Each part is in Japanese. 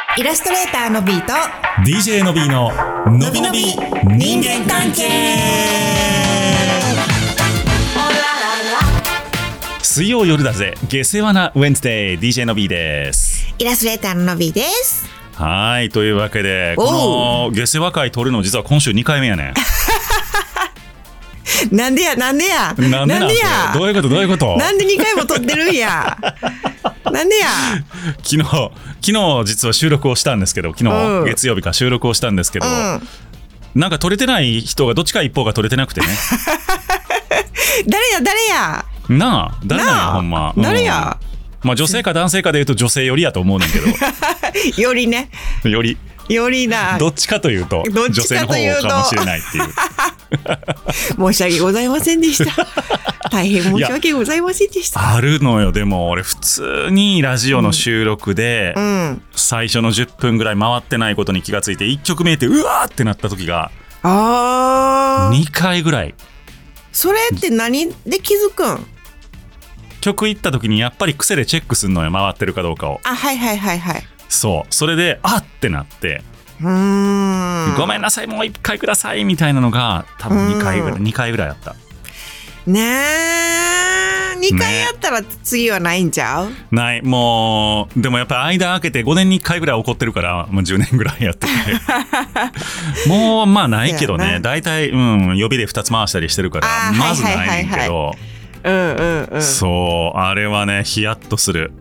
イラストレーターのビーと DJ のビーののびのび人間関係。水曜夜だぜ下世話なウェンズデー DJ のビーです。 イラストレーターののびです。 はい、というわけでこの下世話会撮るの実は今週2回目やねなんでやどういうことなんで2回も撮ってるんやなんでや昨日実は収録をしたんですけど、昨日、月曜日か収録をしたんですけど、なんか撮れてない人がどっちか一方が撮れてなくてね誰や誰なんやほんま、 誰や、 まあ、女性か男性かでいうと女性よりやと思うねんけどよりねよりなどっちかというと女性の方かもしれないっていう申し訳ございませんでした大変申し訳ございませんでした。 あるのよ。でも俺普通にラジオの収録で、最初の10分ぐらい回ってないことに気がついて1曲目ってうわーってなった時が2回ぐらい。 それって何で気づくん？ 曲行った時にやっぱり癖でチェックするのよ、回ってるかどうかを。 はいそうそれであってなって、ごめんなさいもう1回くださいみたいなのが多分2回ぐらいあったねえ。2回やったら次はないんちゃう？ ない。もうでもやっぱり間空けて5年に1回ぐらい怒ってるからもう10年ぐらいやっててもうまあないけどね、だいたい予備で2つ回したりしてるからまずないねんけど、そうあれはねヒヤッとする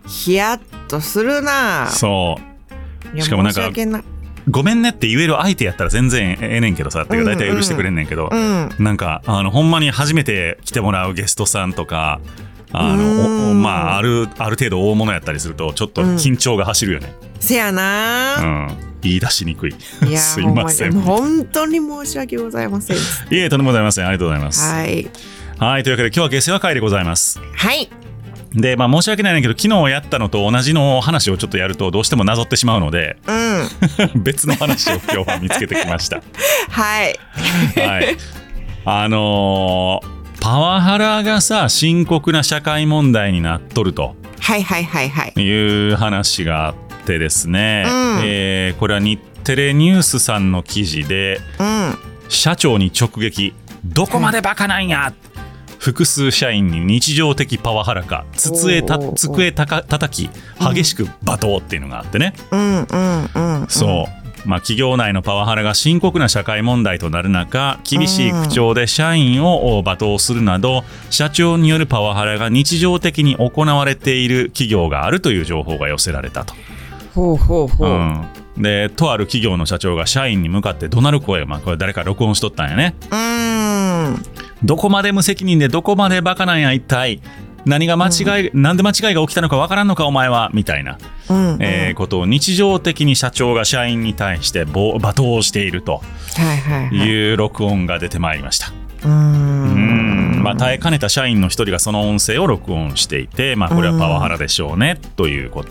な。そうしかもなんかごめんねって言える相手やったら全然ええねんけどさ、ってだいたい許してくれんねんけど、なんかほんまに初めて来てもらうゲストさんとかまあある程度大物やったりするとちょっと緊張が走るよね。 せやな、 言い出しにくい。すいません。 本当に申し訳ございません。 いえ、とんでもございません。ありがとうございます。はい、というわけで今日は下世話会でございます。 はい。で、 まあ申し訳ないんだけど昨日やったのと同じの話をちょっとやるとどうしてもなぞってしまうので、別の話を今日は見つけてきましたはい、 パワハラがさ深刻な社会問題になっとるという話があってですね、これは日テレニュースさんの記事で、社長に直撃、どこまでバカなんや、複数社員に日常的パワハラか、机叩き激しく罵倒っていうのがあってね、そう、まあ、企業内のパワハラが深刻な社会問題となる中、厳しい口調で社員を罵倒するなど社長によるパワハラが日常的に行われている企業があるという情報が寄せられたと。でとある企業の社長が社員に向かって怒鳴る声を、これ誰か録音しとったんやね。どこまで無責任でどこまでバカなんや、一体なんで間違いが起きたのかわからんのかお前は、みたいな、ことを日常的に社長が社員に対して罵倒しているという録音が出てまいりました。まあ、耐えかねた社員の一人がその音声を録音していて、まあ、これはパワハラでしょうねということ。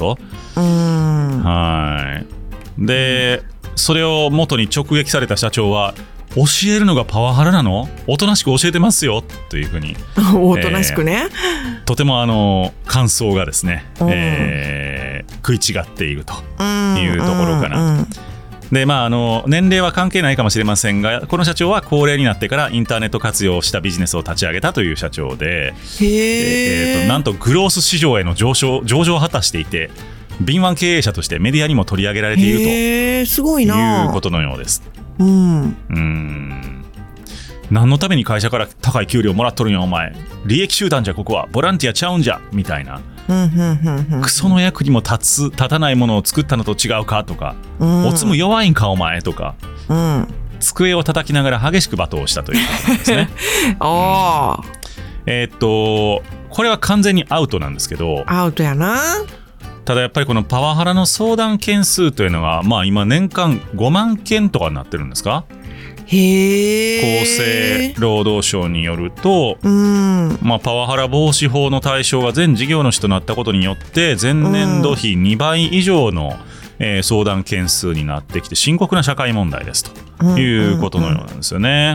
でそれを元に直撃された社長は、教えるのがパワハラなの？おとなしく教えてますよというふうにおとなしくね、 とても感想がですね、食い違っているというところかな。でまあ、年齢は関係ないかもしれませんが、この社長は高齢になってからインターネット活用したビジネスを立ち上げたという社長で、なんとグロース市場への上場を果たしていて、敏腕経営者としてメディアにも取り上げられているとすごいないうことのようです。何のために会社から高い給料もらっとるんやお前、利益集団じゃここは、ボランティアちゃうんじゃみたいな、クソの役にも立たないものを作ったのと違うかとか、おつむ弱いんかお前とか、机を叩きながら激しく罵倒したということなんですね。これは完全にアウトなんですけど、 アウトやな。 ただやっぱりこのパワハラの相談件数というのが、まあ、今年間5万件とかになってるんですか。厚生労働省によると、まあ、パワハラ防止法の対象が全事業主となったことによって前年度比2倍以上の、相談件数になってきて深刻な社会問題ですということのようなんですよね。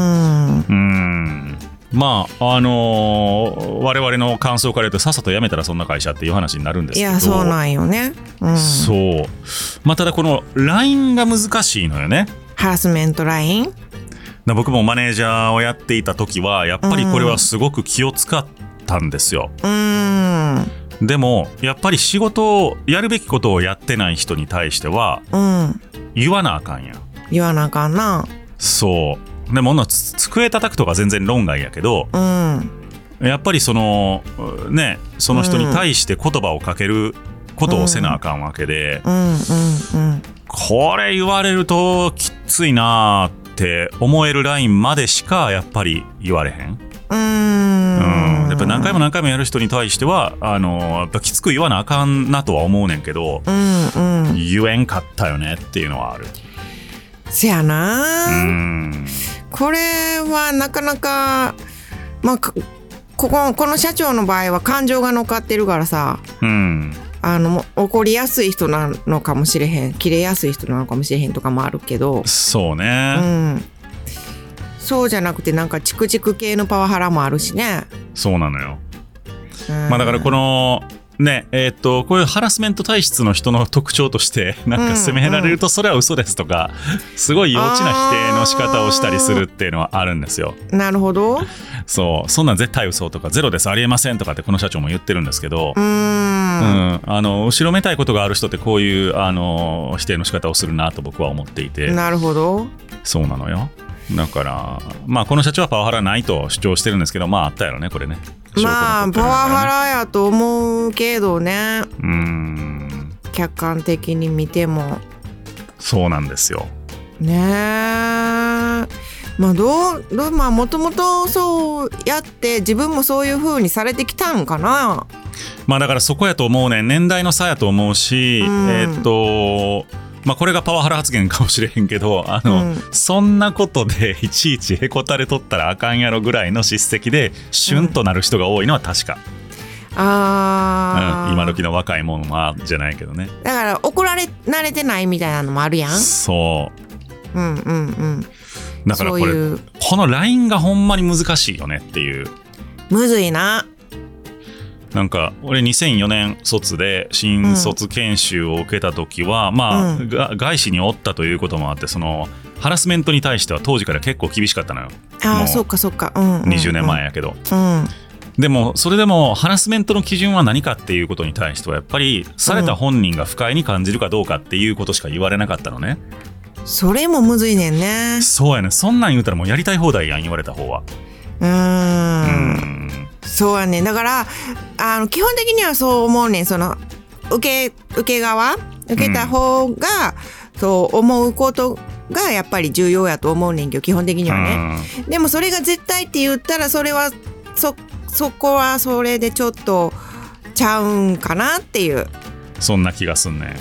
まあ我々の感想から言うとさっさと辞めたらそんな会社っていう話になるんですけど、 いやそうなんよね、 そうただこの LINE が難しいのよね。 ハラスメント LINE？ 僕もマネージャーをやっていた時はやっぱりこれはすごく気を使ったんですよ。でもやっぱり仕事をやるべきことをやってない人に対しては言わなあかんやん。 言わなあかんな。 そうでも机叩くとか全然論外やけど、やっぱりその人に対して言葉をかけることをせなあかんわけで、これ言われるときついなって思えるラインまでしかやっぱり言われへん。やっぱ何回も何回もやる人に対してはやっぱきつく言わなあかんなとは思うねんけど、言えんかったよねっていうのはある。 せやな。これはなかなかこの社長の場合は感情が乗っかってるからさ、怒りやすい人なのかもしれへん、切れやすい人なのかもしれへんとかもあるけど、 そうね、 そうじゃなくてなんかチクチク系のパワハラもあるしね。 そうなのよ。だからこのねこういうハラスメント体質の人の特徴としてなんか責められるとそれは嘘ですとか、すごい幼稚な否定の仕方をしたりするっていうのはあるんですよ。 なるほど。 そんなん絶対嘘とかゼロですありえませんとかってこの社長も言ってるんですけど、後ろめたいことがある人ってこういう否定の仕方をするなと僕は思っていて。 なるほど。 そうなのよ。だからこの社長はパワハラないと主張してるんですけど、あったやろねこれね。 パワハラやと思うけどね。客観的に見てもそうなんですよね。もともとそうやって自分もそういう風にされてきたんかな。 だからそこやと思うね。年代の差やと思うし、これがパワハラ発言かもしれへんけどそんなことでいちいちへこたれとったらあかんやろぐらいの叱責でシュンとなる人が多いのは確か。今時の若いもんはじゃないけどね。 だから怒られ慣れてないみたいなのもあるやん。 だからこの LINE がほんまに難しいよねっていう。 むずいな。 なんか俺2004年卒で新卒研修を受けた時は外資におったということもあってそのハラスメントに対しては当時から結構厳しかったのよ。 そうか 20年前やけど、でもそれでもハラスメントの基準は何かっていうことに対してはやっぱりされた本人が不快に感じるかどうかっていうことしか言われなかったのね。 それもむずいねんね。 そうやね。そんなん言うたらもうやりたい放題やん言われた方は。 そうやね。だから基本的にはそう思うねん。その受けた方がそう思うことがやっぱり重要やと思うねんけど、基本的にはね。でもそれが絶対って言ったらそれはそこはそれでちょっとちゃうんかなっていう、 そんな気がすんね。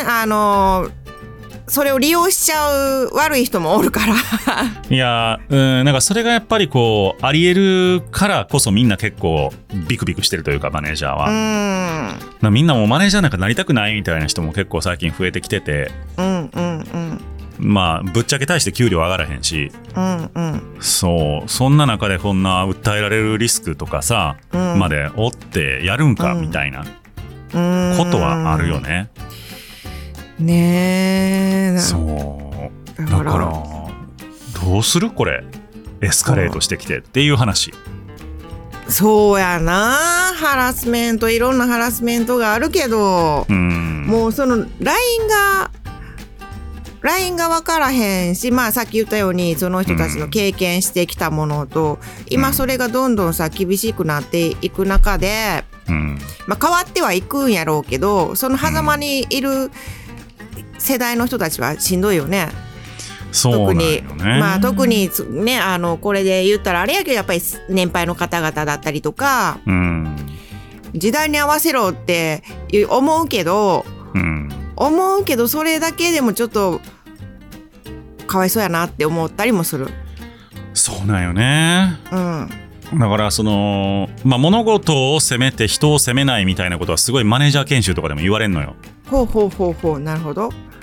それを利用しちゃう悪い人もおるからいやなんかそれがやっぱりこうありえるからこそみんな結構ビクビクしてるというか、マネージャーはみんなもうマネージャーなんかなりたくないみたいな人も結構最近増えてきてて、ぶっちゃけ対して給料上がらへんし、そんな中でこんな訴えられるリスクとかさ、まで追ってやるんかみたいなことはあるよね。 ねえ。 そうだからどうするこれエスカレートしてきてっていう話。 そうやな。ハラスメントいろんなハラスメントがあるけど、もうその LINE が分からへんし、さっき言ったようにその人たちの経験してきたものと、今それがどんどんさ厳しくなっていく中で、変わってはいくんやろうけど、その狭間にいる世代の人たちはしんどいよね。 そうなんよね。 特にねこれで言ったらあれやけど、やっぱり年配の方々だったりとか、時代に合わせろって思うけど、それだけでもちょっとかわいそうやなって思ったりもする。 そうなんよね。だからその、物事を責めて人を責めないみたいなことはすごいマネージャー研修とかでも言われんのよ。 なるほど。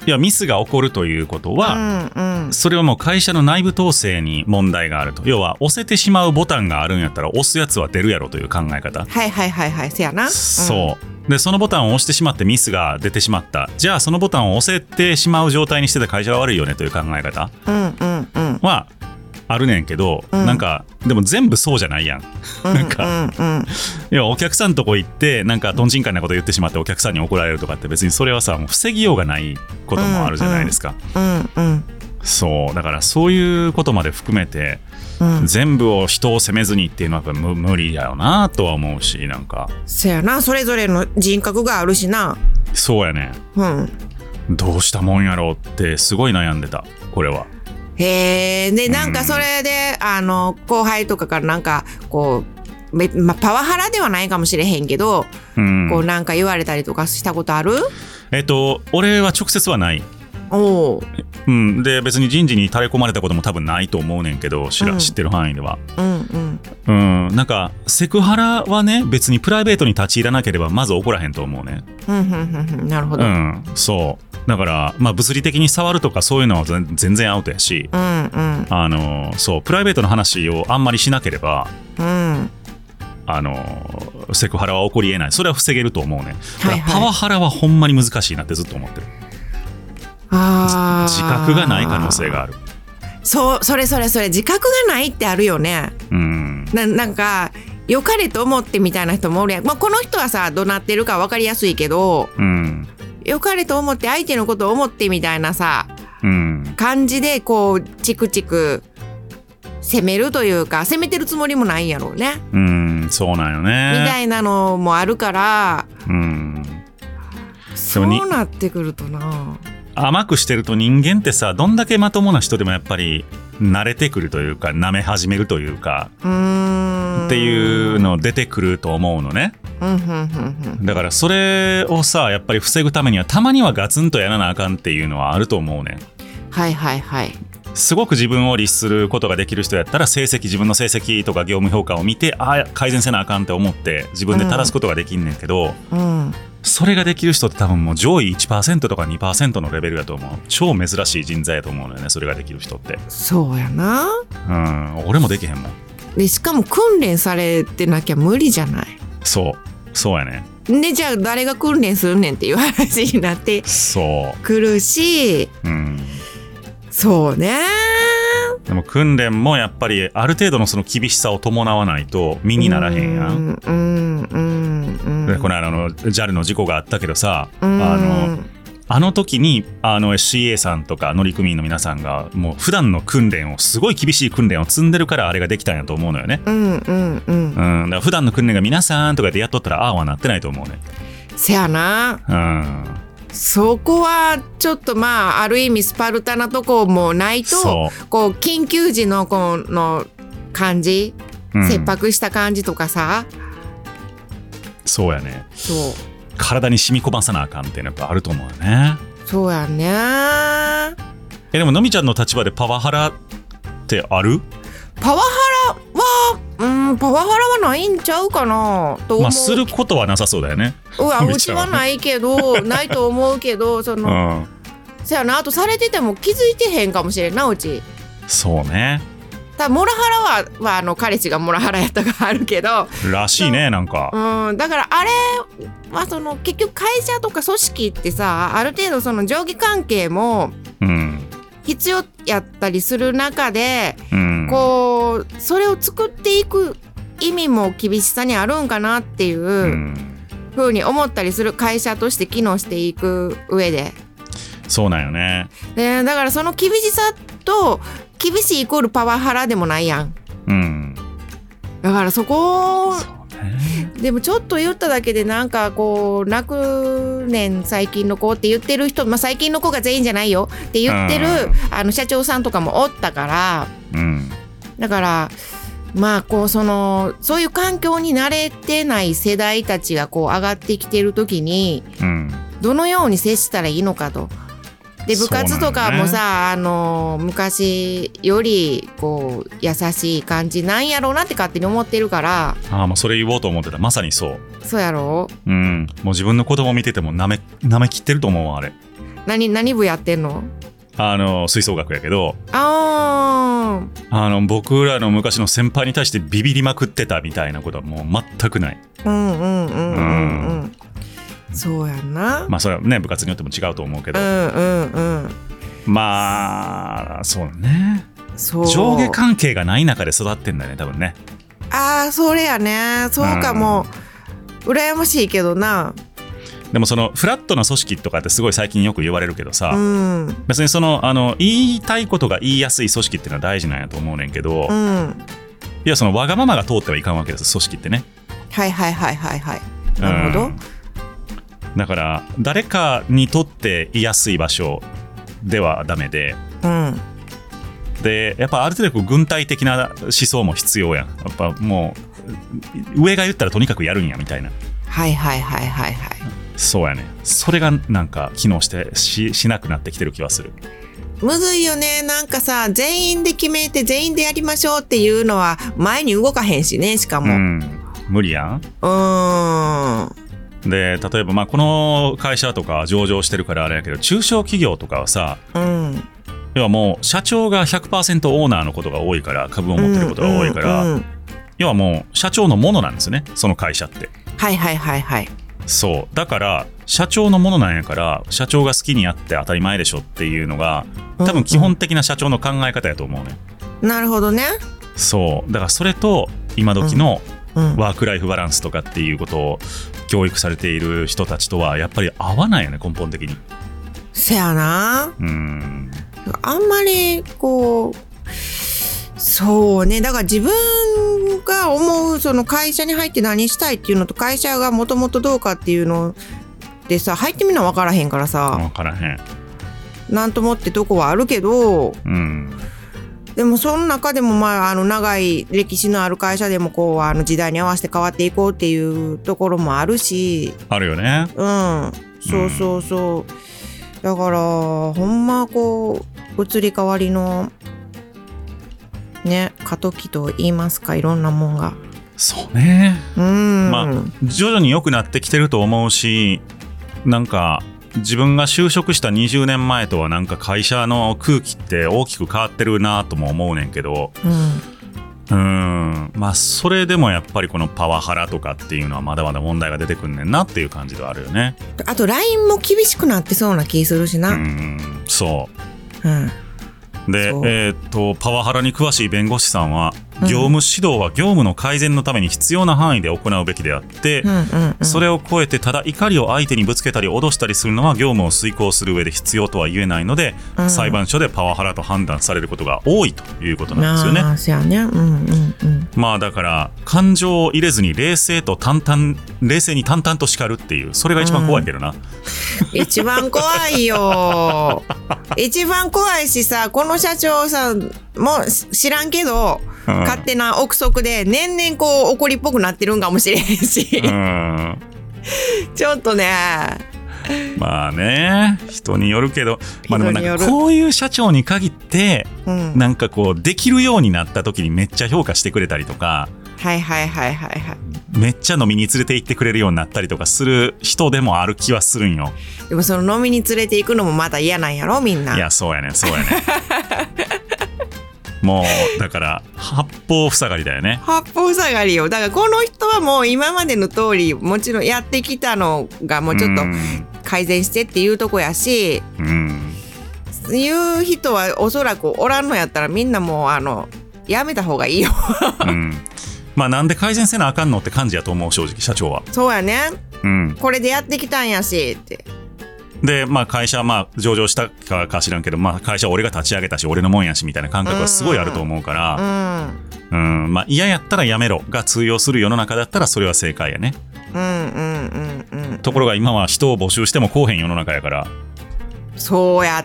いやミスが起こるということは、うんうん、それはもう会社の内部統制に問題があると。要は押せてしまうボタンがあるんやったら押すやつは出るやろという考え方。 はいはいはいはい、せやな、うん、 そうでそのボタンを押してしまってミスが出てしまった。じゃあそのボタンを押せてしまう状態にしてた会社は悪いよねという考え方はあるねんけど、うん、なんかでも全部そうじゃないやん、なんか、要はお客さんとこ行ってなんかとんちんかんなこと言ってしまってお客さんに怒られるとかって別にそれはさもう防ぎようがないこともあるじゃないですか、そうだからそういうことまで含めて、全部を人を責めずにっていうのはやっぱ無理だよなとは思うし、なんかそやな、それぞれの人格があるしな。 そうやね、どうしたもんやろうってすごい悩んでたこれは。 へえ。でなんかそれで、後輩とかからなんかこう、パワハラではないかもしれへんけど、こうなんか言われたりとかしたことある？ 俺は直接はない。 おー、で別に人事に垂れ込まれたことも多分ないと思うねんけど、知ってる範囲では、なんかセクハラはね別にプライベートに立ち入らなければまず起こらへんと思うね。 なるほど。 そうだからまあ物理的に触るとかそういうのは全然アウトやし、そうプライベートの話をあんまりしなければ、セクハラは起こりえない。それは防げると思うね。だからパワハラはほんまに難しいなってずっと思ってる。自覚がない可能性がある。 それ自覚がないってあるよね。なんか良かれと思ってみたいな人もおるやん。まあ、この人はさどうなってるか分かりやすいけど、良かれと思って相手のことを思ってみたいなさ、感じでこうチクチク責めるというか、責めてるつもりもないんやろうね。 そうなんよね。 みたいなのもあるから、そうなってくるとな。 甘くしてると人間ってさ、どんだけまともな人でもやっぱり慣れてくるというか舐め始めるというかっていうの出てくると思うのね。だからそれをさやっぱり防ぐためにはたまにはガツンとやらなあかんっていうのはあると思うね。 はいはいはい。 すごく自分を律することができる人やったら自分の成績とか業務評価を見て改善せなあかんって思って自分で正すことができんねんけど、それができる人って多分もう上位 1% とか 2% のレベルだと思う。超珍しい人材やと思うのよね、それができる人って。 そうやな。 俺もできへんもん。でしかも訓練されてなきゃ無理じゃない。 そうやね。 でじゃあ誰が訓練するねんっていう話になってくるし、そうね。 でも訓練もやっぱりある程度のその厳しさを伴わないと身にならへんやん。でこの間JAL の事故があったけどさ、あの時にCA さんとか乗組員の皆さんがもう普段の訓練をすごい厳しい訓練を積んでるからあれができたんやと思うのよね。だから普段の訓練が皆さんとかでやっとったらああはなってないと思うね。 せやな。そこはちょっとまあある意味スパルタなとこもないと、こう緊急時のこの感じ、切迫した感じとかさ。そうやね。体に染み込まさなあかんっていうのやっぱあると思うよね。 そうやね。 でものみちゃんの立場でパワハラってある？ パワハラはパワハラはないんちゃうかなと思う。 まあすることはなさそうだよね。 うちはないけどないと思うけどそやな。あとされてても気づいてへんかもしれんな、うち。 そうね。 モラハラは彼氏がモラハラやったがあるけどらしいね。なんかだからあれは結局会社とか組織ってさ、ある程度その上下関係も必要やったりする中で、こうそれを作っていく意味も厳しさにあるんかなっていう風に思ったりする。会社として機能していく上で。 そうなんよね。 だからその厳しさと厳しいイコールパワハラでもないやん。だからそこでもちょっと言っただけでなんかこう泣くねん最近の子って言ってる人、最近の子が全員じゃないよって言ってる社長さんとかもおったから、だからまあこうそういう環境に慣れてない世代たちがこう上がってきてる時に、どのように接したらいいのかと。で部活とかもさ、昔よりこう優しい感じなんやろうなって勝手に思ってるから。 もうそれ言おうと思ってた。まさにそう。 そうやろ。 もう自分の子供見ててもなめきってると思うわあれ。 何部やってんの？ 吹奏楽やけど、 あ僕らの昔の先輩に対してビビりまくってたみたいなことはもう全くない。 そうやんな。 まあそれはね部活によっても違うと思うけど、まあそうね。上下関係がない中で育ってんだよね多分ね。 それやね。そうかも、羨ましいけどな。 でもそのフラットな組織とかってすごい最近よく言われるけどさ、別にその言いたいことが言いやすい組織っていうのは大事なんやと思うねんけど、いやそのわがままが通ってはいかんわけです組織ってね。 はいなるほど。 だから誰かにとって居やすい場所ではダメで、でやっぱある程度軍隊的な思想も必要やん。やっぱもう上が言ったらとにかくやるんやみたいな。そうやね。それがなんか機能してしなくなってきてる気はする。 むずいよね。なんかさ、全員で決めて全員でやりましょうっていうのは前に動かへんしね。しかも、 無理やん。で例えばこの会社とか上場してるからあれやけど、中小企業とかはさ、要はもう社長が 100% オーナーのことが多いから、株を持ってることが多いから、要はもう社長のものなんですよね、その会社って。そうだから社長のものなんやから、社長が好きにやって当たり前でしょっていうのが多分基本的な社長の考え方やと思うね。 なるほどね。 そうだからそれと今時のワークライフバランスとかっていうことを教育されている人たちとはやっぱり合わないよね、根本的に。 せやな。あんまりこう、そうね。だから自分が思うその会社に入って何したいっていうのと、会社がもともとどうかっていうのでさ、入ってみな分からへんからさ。 分からへん。 なんともってとこはあるけど、でもその中でも長い歴史のある会社でもこう時代に合わせて変わっていこうっていうところもあるし。 あるよね。 そう。だからほんまこう移り変わりのね、過渡期と言いますか、いろんなもんが。 そうね。徐々に良くなってきてると思うし、なんか自分が就職した20年前とはなんか会社の空気って大きく変わってるなとも思うねんけど、それでもやっぱりこのパワハラとかっていうのはまだまだ問題が出てくんねんなっていう感じではあるよね。 あと LINE も厳しくなってそうな気するしな。 そうで、パワハラに詳しい弁護士さんは、業務指導は業務の改善のために必要な範囲で行うべきであって、それを超えてただ怒りを相手にぶつけたり脅したりするのは業務を遂行する上で必要とは言えないので、裁判所でパワハラと判断されることが多いということなんですよね。だから感情を入れずに冷静に淡々と叱るっていう、それが一番怖いけどな。 一番怖いよ。一番怖いしさ、この社長さんも知らんけど、勝手な憶測で年々こう怒りっぽくなってるんかもしれへんし、ちょっとね。人によるけど、でもなんかこういう社長に限って、なんかこうできるようになった時にめっちゃ評価してくれたりとか、めっちゃ飲みに連れて行ってくれるようになったりとかする人でもある気はするんよ。でもその飲みに連れて行くのもまた嫌なんやろみんな。 いやそうやねもうだから八方塞がりだよね。 八方塞がりよ。だからこの人はもう今までの通りもちろんやってきたのがもうちょっと改善してっていうとこやし、いう人はおそらくおらんのやったらみんなもうやめた方がいいよ。 なんで改善せなあかんのって感じやと思う、正直社長は。 そうやね、これでやってきたんやしってで会社上場したか知らんけど、会社俺が立ち上げたし俺のもんやしみたいな感覚はすごいあると思うから、嫌やったらやめろが通用する世の中だったらそれは正解やね。ところが今は人を募集しても来おへん世の中やから。 そうやった。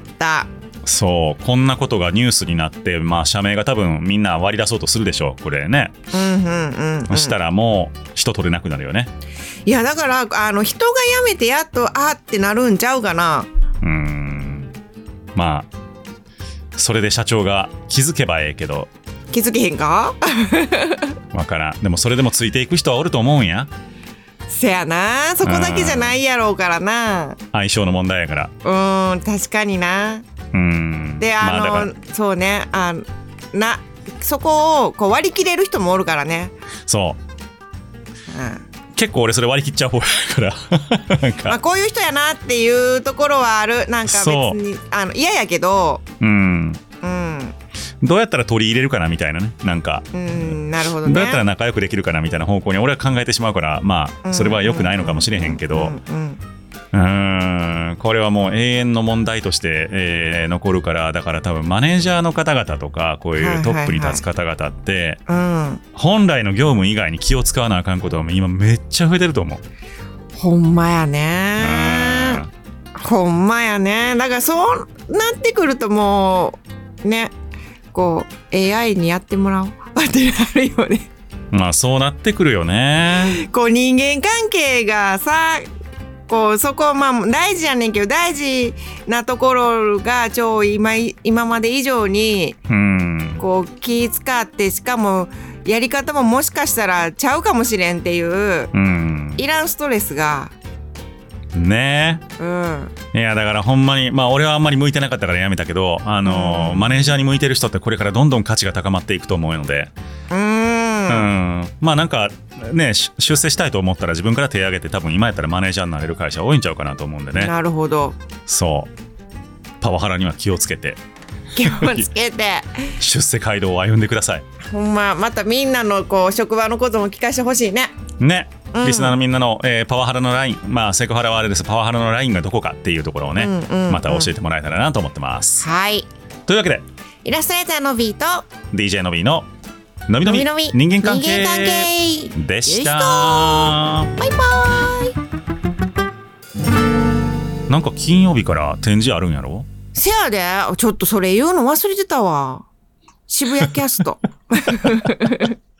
そうこんなことがニュースになって、社名が多分みんな割り出そうとするでしょうこれね。そしたらもう人取れなくなるよね。 いやだから人が辞めてやっとってなるんちゃうかな。 それで社長が気づけばええけど。 気づけへんか。 わからん。でもそれでもついていく人はおると思うんや。 せやな、そこだけじゃないやろうからな。 相性の問題やから。 確かにな。でそうね、そこをこう割り切れる人もおるからね。 そう、結構俺それ割り切っちゃう方やからなんか、 こういう人やなっていうところはある。なんか別に嫌やけど、 どうやったら取り入れるかなみたいなね、なんかなるほどね、 どうやったら仲良くできるかなみたいな方向に俺は考えてしまうから、まあそれは良くないのかもしれへんけど、これはもう永遠の問題として、残るから。だから多分マネージャーの方々とかこういうトップに立つ方々って、本来の業務以外に気を使わなあかんことは今めっちゃ増えてると思う。 ほんまやね、ほんまやね。だからそうなってくるともうね、こう AI にやってもらおうってなるよね。 まあそうなってくるよね。 こう人間関係がさ、こうそこまあ大事やねんけど、大事なところが今まで以上にこう気使って、しかもやり方ももしかしたらちゃうかもしれんっていう、いらんストレスがねえ、いやだからほんまに、まあ俺はあんまり向いてなかったからやめたけど、マネージャーに向いてる人ってこれからどんどん価値が高まっていくと思うので、まあなんかね、出世したいと思ったら自分から手を挙げて、多分今やったらマネージャーになれる会社多いんちゃうかなと思うんでね。 なるほど。 そうパワハラには気をつけて出世街道を歩んでください。 ほんま、またみんなのこう職場のことも聞かせてほしいね。 リスナーのみんなの、パワハラのライン、まあセクハラはあれです、パワハラのラインがどこかっていうところをね、また教えてもらえたらなと思ってます。 はい。 というわけで、 イラストレーターのビーと DJ のビーののびのび人間関係でした。 バイバイ。なんか金曜日から展示あるんやろ？ せやで、ちょっとそれ言うの忘れてたわ。渋谷キャスト